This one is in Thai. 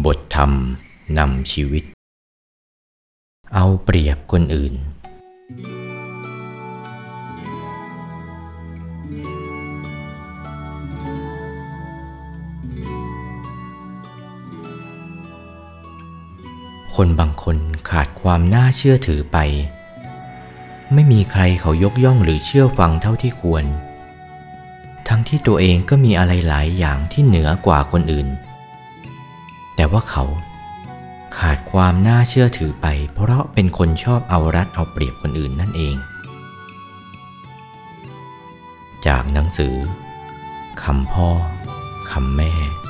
บทธรรมนำชีวิตเอาเปรียบคนอื่นคนบางคนขาดความน่าเชื่อถือไปไม่มีใครเขายกย่องหรือเชื่อฟังเท่าที่ควรทั้งที่ตัวเองก็มีอะไรหลายอย่างที่เหนือกว่าคนอื่นแต่ว่าเขาขาดความน่าเชื่อถือไปเพราะเป็นคนชอบเอารัดเอาเปรียบคนอื่นนั่นเองจากหนังสือคำพ่อคำแม่